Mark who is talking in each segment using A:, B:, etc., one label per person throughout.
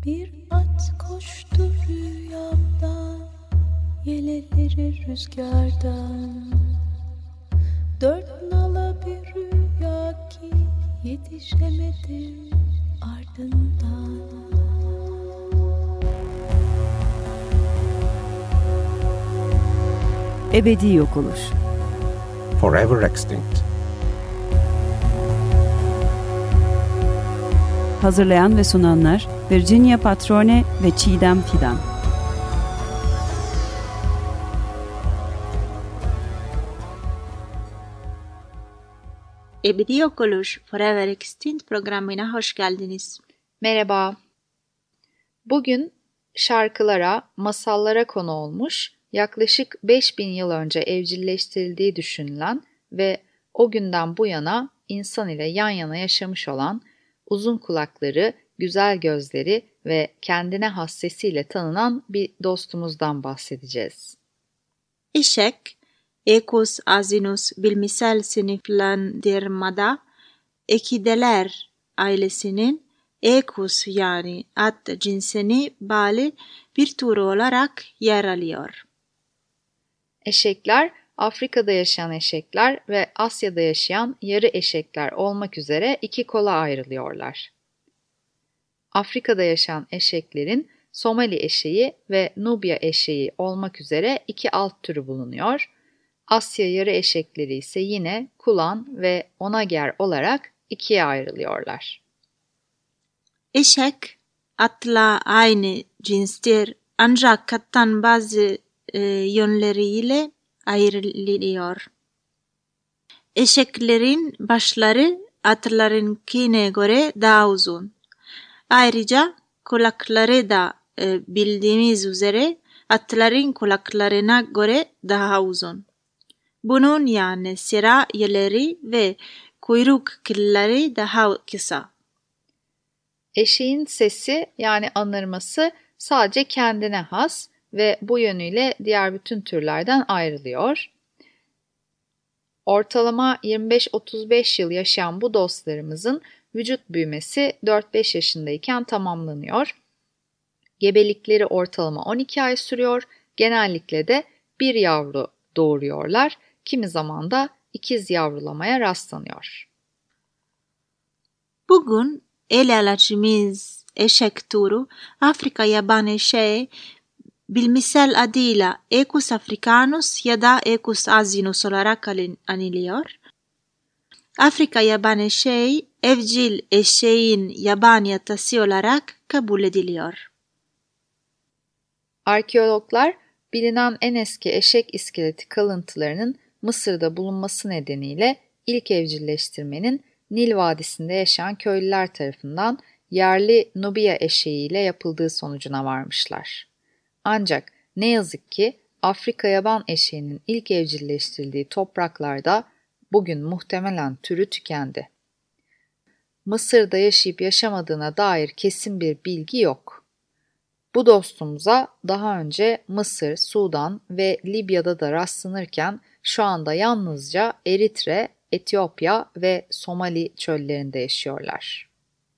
A: Bir at koştu rüyamda, yeleleri rüzgardan. Dört nala bir rüya ki yetişemedim ardından.
B: Ebedi yok oluş.
C: Forever extinct.
B: Hazırlayan ve sunanlar Virginia Patrone ve Çiğdem Fidan.
D: Ebedi Yok Oluş Forever Extinct programına hoş geldiniz.
E: Merhaba. Bugün şarkılara, masallara konu olmuş, yaklaşık 5000 yıl önce evcilleştirildiği düşünülen ve o günden bu yana insan ile yan yana yaşamış olan, uzun kulakları, güzel gözleri ve kendine has sesiyle tanınan bir dostumuzdan bahsedeceğiz.
D: Eşek, Equus asinus bilimsel sınıflandırmada ekideler ailesinin Equus yani at cinsine bağlı bir tür olarak yer alıyor.
E: Eşekler, Afrika'da yaşayan eşekler ve Asya'da yaşayan yarı eşekler olmak üzere iki kola ayrılıyorlar. Afrika'da yaşayan eşeklerin Somali eşeği ve Nubya eşeği olmak üzere iki alt türü bulunuyor. Asya yarı eşekleri ise yine Kulan ve Onager olarak ikiye ayrılıyorlar.
D: Eşek, atla aynı cinstir ancak kattan bazı yönleriyle ayrılıyor. Eşeklerin başları atlarınkine göre daha uzun. Ayrıca kulakları da bildiğimiz üzere atların kulaklarına göre daha uzun. Bunun yanı sıra yerleri ve kuyruk kılları daha kısa.
E: Eşeğin sesi yani anırması sadece kendine has ve bu yönüyle diğer bütün türlerden ayrılıyor. Ortalama 25-35 yıl yaşayan bu dostlarımızın vücut büyümesi 4-5 yaşındayken tamamlanıyor. Gebelikleri ortalama 12 ay sürüyor. Genellikle de bir yavru doğuruyorlar. Kimi zaman da ikiz yavrulamaya rastlanıyor.
D: Bugün ele alacağımız eşek türü Afrika yaban eşeği bilimsel adıyla Equus africanus ya da Equus asinus olarak anılıyor. Afrika yaban eşeği evcil eşeğin yaban yatası olarak kabul ediliyor.
E: Arkeologlar bilinen en eski eşek iskeleti kalıntılarının Mısır'da bulunması nedeniyle ilk evcilleştirmenin Nil Vadisi'nde yaşayan köylüler tarafından yerli Nubya eşeğiyle yapıldığı sonucuna varmışlar. Ancak ne yazık ki Afrika yaban eşeğinin ilk evcilleştirildiği topraklarda bugün muhtemelen türü tükendi. Mısır'da yaşayıp yaşamadığına dair kesin bir bilgi yok. Bu dostumuza daha önce Mısır, Sudan ve Libya'da da rastlanırken şu anda yalnızca Eritre, Etiyopya ve Somali çöllerinde yaşıyorlar.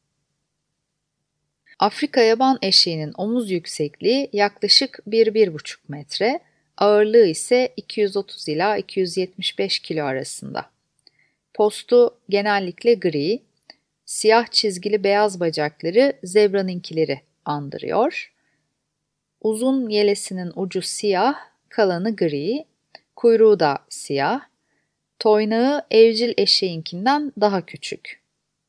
E: Afrika yaban eşeğinin omuz yüksekliği yaklaşık 1-1,5 metre, ağırlığı ise 230 ila 275 kilo arasında. Postu genellikle gri, siyah çizgili beyaz bacakları zebranınkileri andırıyor. Uzun yelesinin ucu siyah, kalanı gri, kuyruğu da siyah, toynağı evcil eşeğinkinden daha küçük.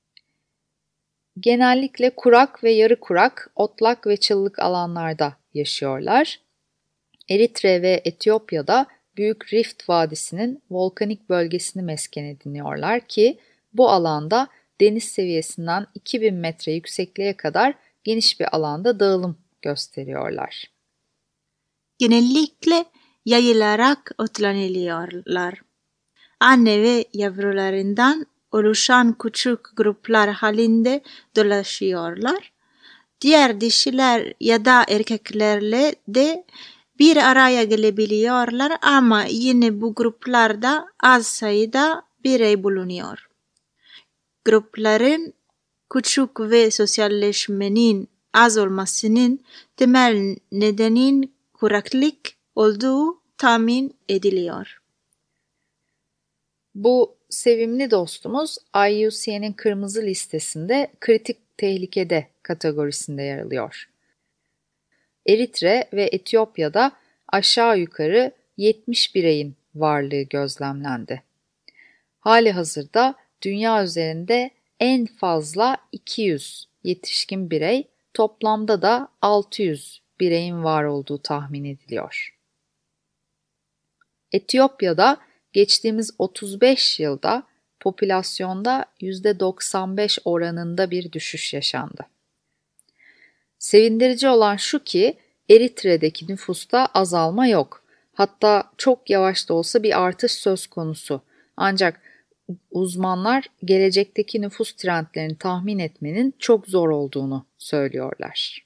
E: Genellikle kurak ve yarı kurak, otlak ve çıllık alanlarda yaşıyorlar. Eritre ve Etiyopya'da Büyük Rift Vadisi'nin volkanik bölgesini mesken ediniyorlar ki bu alanda deniz seviyesinden 2000 metre yüksekliğe kadar geniş bir alanda dağılım gösteriyorlar.
D: Genellikle yayılarak otlanıyorlar. Anne ve yavrularından oluşan küçük gruplar halinde dolaşıyorlar. Diğer dişiler ya da erkeklerle de bir araya gelebiliyorlar ama yine bu gruplarda az sayıda birey bulunuyor. Grupların küçük ve sosyalleşmenin az olmasının temel nedenin kuraklık olduğu tahmin ediliyor.
E: Bu sevimli dostumuz IUCN'in kırmızı listesinde kritik tehlikede kategorisinde yer alıyor. Eritre ve Etiyopya'da aşağı yukarı 70 bireyin varlığı gözlemlendi. Halihazırda dünya üzerinde en fazla 200 yetişkin birey, toplamda da 600 bireyin var olduğu tahmin ediliyor. Etiyopya'da geçtiğimiz 35 yılda popülasyonda %95 oranında bir düşüş yaşandı. Sevindirici olan şu ki Eritre'deki nüfusta azalma yok. Hatta çok yavaş da olsa bir artış söz konusu. Ancak uzmanlar gelecekteki nüfus trendlerini tahmin etmenin çok zor olduğunu söylüyorlar.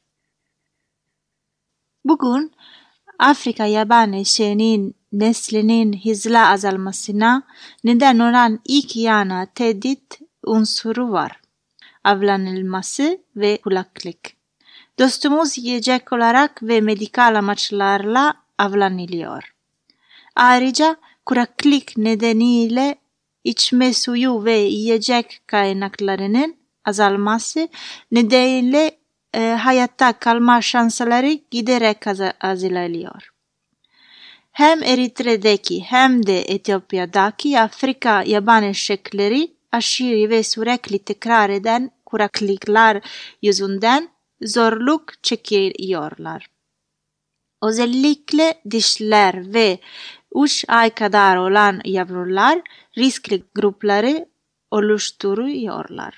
D: Bugün Afrika yaban eşeğinin neslinin hızla azalmasına neden olan iki yana tehdit unsuru var. Avlanılması ve kulaklık. Dostumuz yiyecek olarak ve medikal amaçlarla avlanılıyor. Ayrıca kuraklık nedeniyle içme suyu ve yiyecek kaynaklarının azalması nedeniyle hayatta kalma şansları giderek azalıyor. Hem Eritre'deki hem de Etiyopya'daki Afrika yaban eşekleri aşırı ve sürekli tekrar eden kuraklıklar yüzünden zorluk çekiyorlar. Özellikle dişler ve 3 ay kadar olan yavrular riskli grupları oluşturuyorlar.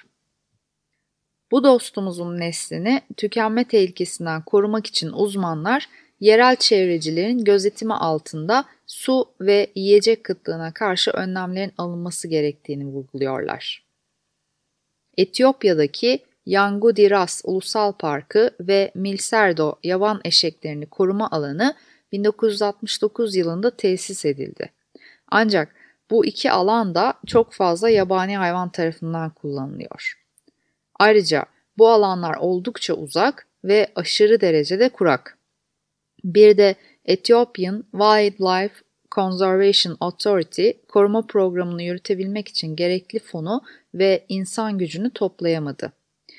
E: Bu dostumuzun neslini tükenme tehlikesinden korumak için uzmanlar yerel çevrecilerin gözetimi altında su ve yiyecek kıtlığına karşı önlemlerin alınması gerektiğini vurguluyorlar. Etiyopya'daki Yangu-Diras Ulusal Parkı ve Milserdo yaban eşeklerini koruma alanı 1969 yılında tesis edildi. Ancak bu iki alan da çok fazla yabani hayvan tarafından kullanılıyor. Ayrıca bu alanlar oldukça uzak ve aşırı derecede kurak. Bir de Ethiopian Wildlife Conservation Authority koruma programını yürütebilmek için gerekli fonu ve insan gücünü toplayamadı.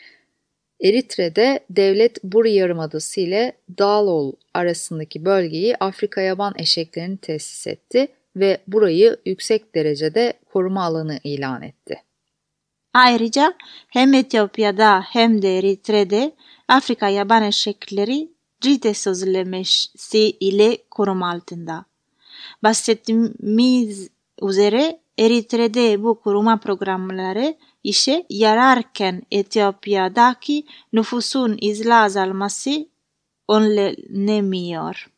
E: Eritre'de devlet Buri Yarımadası ile Dağlol arasındaki bölgeyi Afrika yaban eşeklerini tesis etti ve burayı yüksek derecede koruma alanı ilan etti.
D: Ayrıca hem Etiyopya'da hem de Eritre'de Afrika yaban eşekleri CITES sözleşmesi ile koruma altında. Bahsettiğimiz üzere Eritre'de bu koruma programları işe yararken Etiyopya'daki nüfusun hızla azalması önlenemiyor.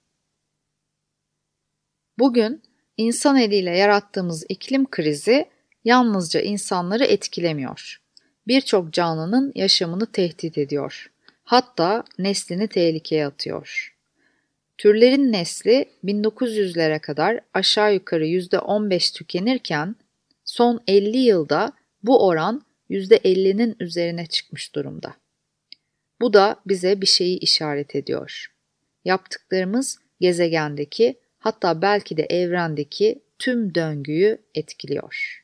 E: Bugün insan eliyle yarattığımız iklim krizi yalnızca insanları etkilemiyor. Birçok canlının yaşamını tehdit ediyor. Hatta neslini tehlikeye atıyor. Türlerin nesli 1900'lere kadar aşağı yukarı %15 tükenirken son 50 yılda bu oran %50'nin üzerine çıkmış durumda. Bu da bize bir şeyi işaret ediyor. Yaptıklarımız gezegendeki, hatta belki de evrendeki tüm döngüyü etkiliyor.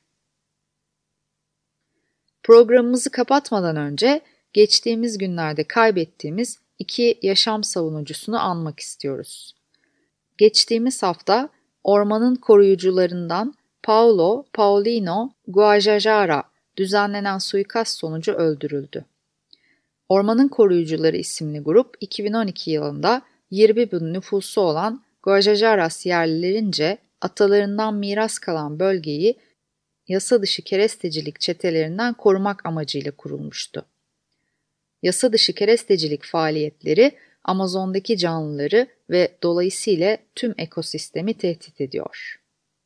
E: Programımızı kapatmadan önce geçtiğimiz günlerde kaybettiğimiz 2 yaşam savunucusunu anmak istiyoruz. Geçtiğimiz hafta ormanın koruyucularından Paulo Paulino Guajajara düzenlenen suikast sonucu öldürüldü. Ormanın Koruyucuları isimli grup 2012 yılında 20 bin nüfusu olan Guajajaras yerlilerince atalarından miras kalan bölgeyi yasa dışı kerestecilik çetelerinden korumak amacıyla kurulmuştu. Yasa dışı kerestecilik faaliyetleri Amazon'daki canlıları ve dolayısıyla tüm ekosistemi tehdit ediyor.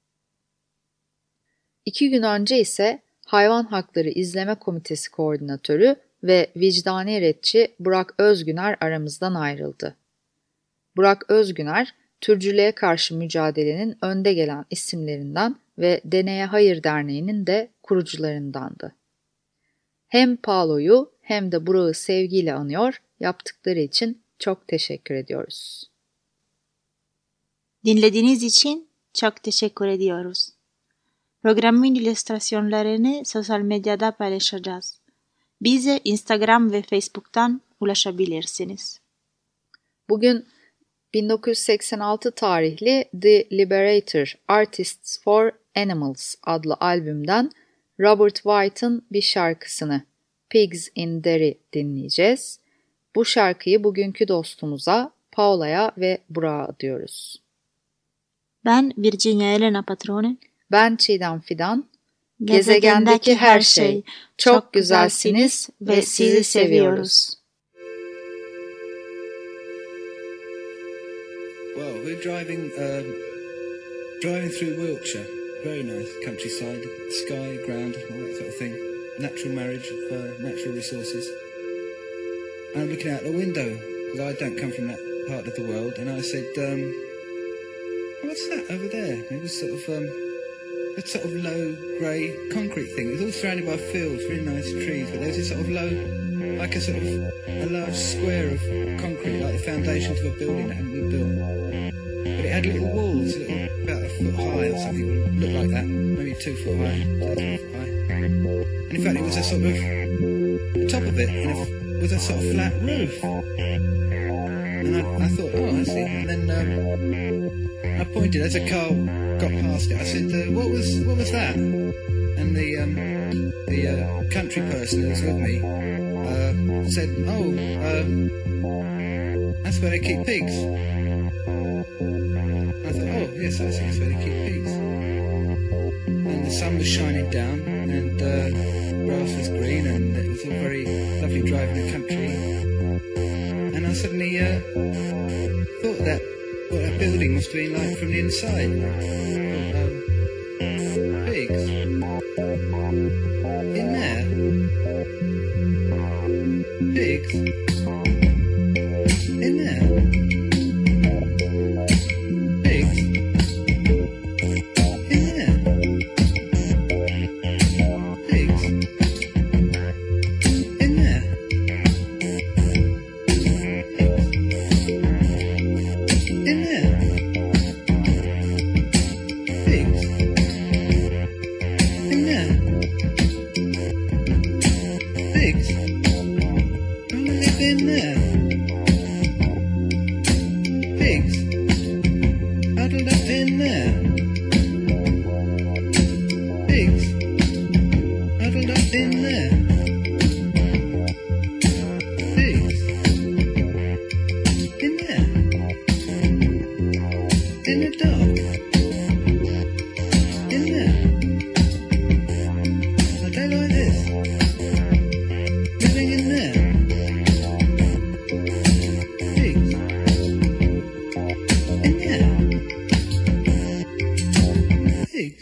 E: 2 gün önce ise Hayvan Hakları İzleme Komitesi Koordinatörü ve vicdani retçi Burak Özgüner aramızdan ayrıldı. Burak Özgüner, türcülüğe karşı mücadelenin önde gelen isimlerinden ve Deneye Hayır Derneği'nin de kurucularındandı. Hem Paulo'yu hem de Burak'ı sevgiyle anıyor yaptıkları için çok teşekkür ediyoruz.
D: Dinlediğiniz için çok teşekkür ediyoruz. Programın illüstrasyonlarını sosyal medyada paylaşacağız. Bize Instagram ve Facebook'tan ulaşabilirsiniz.
E: Bugün 1986 tarihli The Liberator Artists for Animals adlı albümden Robert White'ın bir şarkısını Pigs in Derry dinleyeceğiz. Bu şarkıyı bugünkü dostumuza Paula'ya ve Burak'a adıyoruz.
D: Ben Virginia Elena Patrone.
E: Ben Çiğdem Fidan. Gezegendeki her şey. Çok güzelsiniz ve sizi seviyoruz.
F: Well, we're driving through Wiltshire. Very nice countryside, sky, ground, all that sort of thing. Natural marriage of natural resources. And I'm looking out the window because I don't come from that part of the world. And I said, "What's that over there?" And it was sort of a sort of low grey concrete thing. It was all surrounded by fields, really nice trees, but there was this sort of low, like a sort of a large square of concrete, like the foundation of a building that hadn't been built. But it had little walls, about a foot high or something, looked like that, maybe 2 foot high, 2 or 3 foot high. And in fact, it was a sort of, the top of it was a sort of flat roof. And I thought, oh, I see. And then I pointed as a car got past it. I said, what was that? And the country person who was with me said, that's where they keep pigs. I thought, oh, yes, I see, that's where they keep pigs. And the sun was shining down, and grass was green, and it was all very lovely driving the country. And I suddenly thought that what that building must be like from the inside. Pigs. In there. Pigs. In there. Pigs. In there. Pigs. In there. In there. Pigs. In there. Pigs. How have they been there? Pigs. Huddled up in there. Pigs. Huddled up in there. Pigs. In there. In the dark. In there. Are they like this? Living in there. Pigs. In there. Pigs.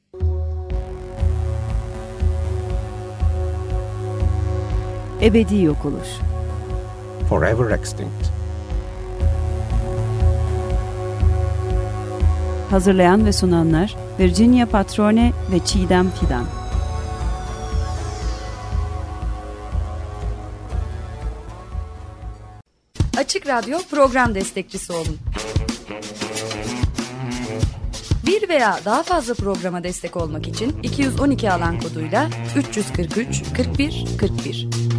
B: Ebedi yok oluş.
C: Forever extinct.
B: Hazırlayan ve sunanlar Virginia Patrone ve Çiğdem Fidan.
G: Açık Radyo program destekçisi olun. Bir veya daha fazla programa destek olmak için 212 alan koduyla 343 41 41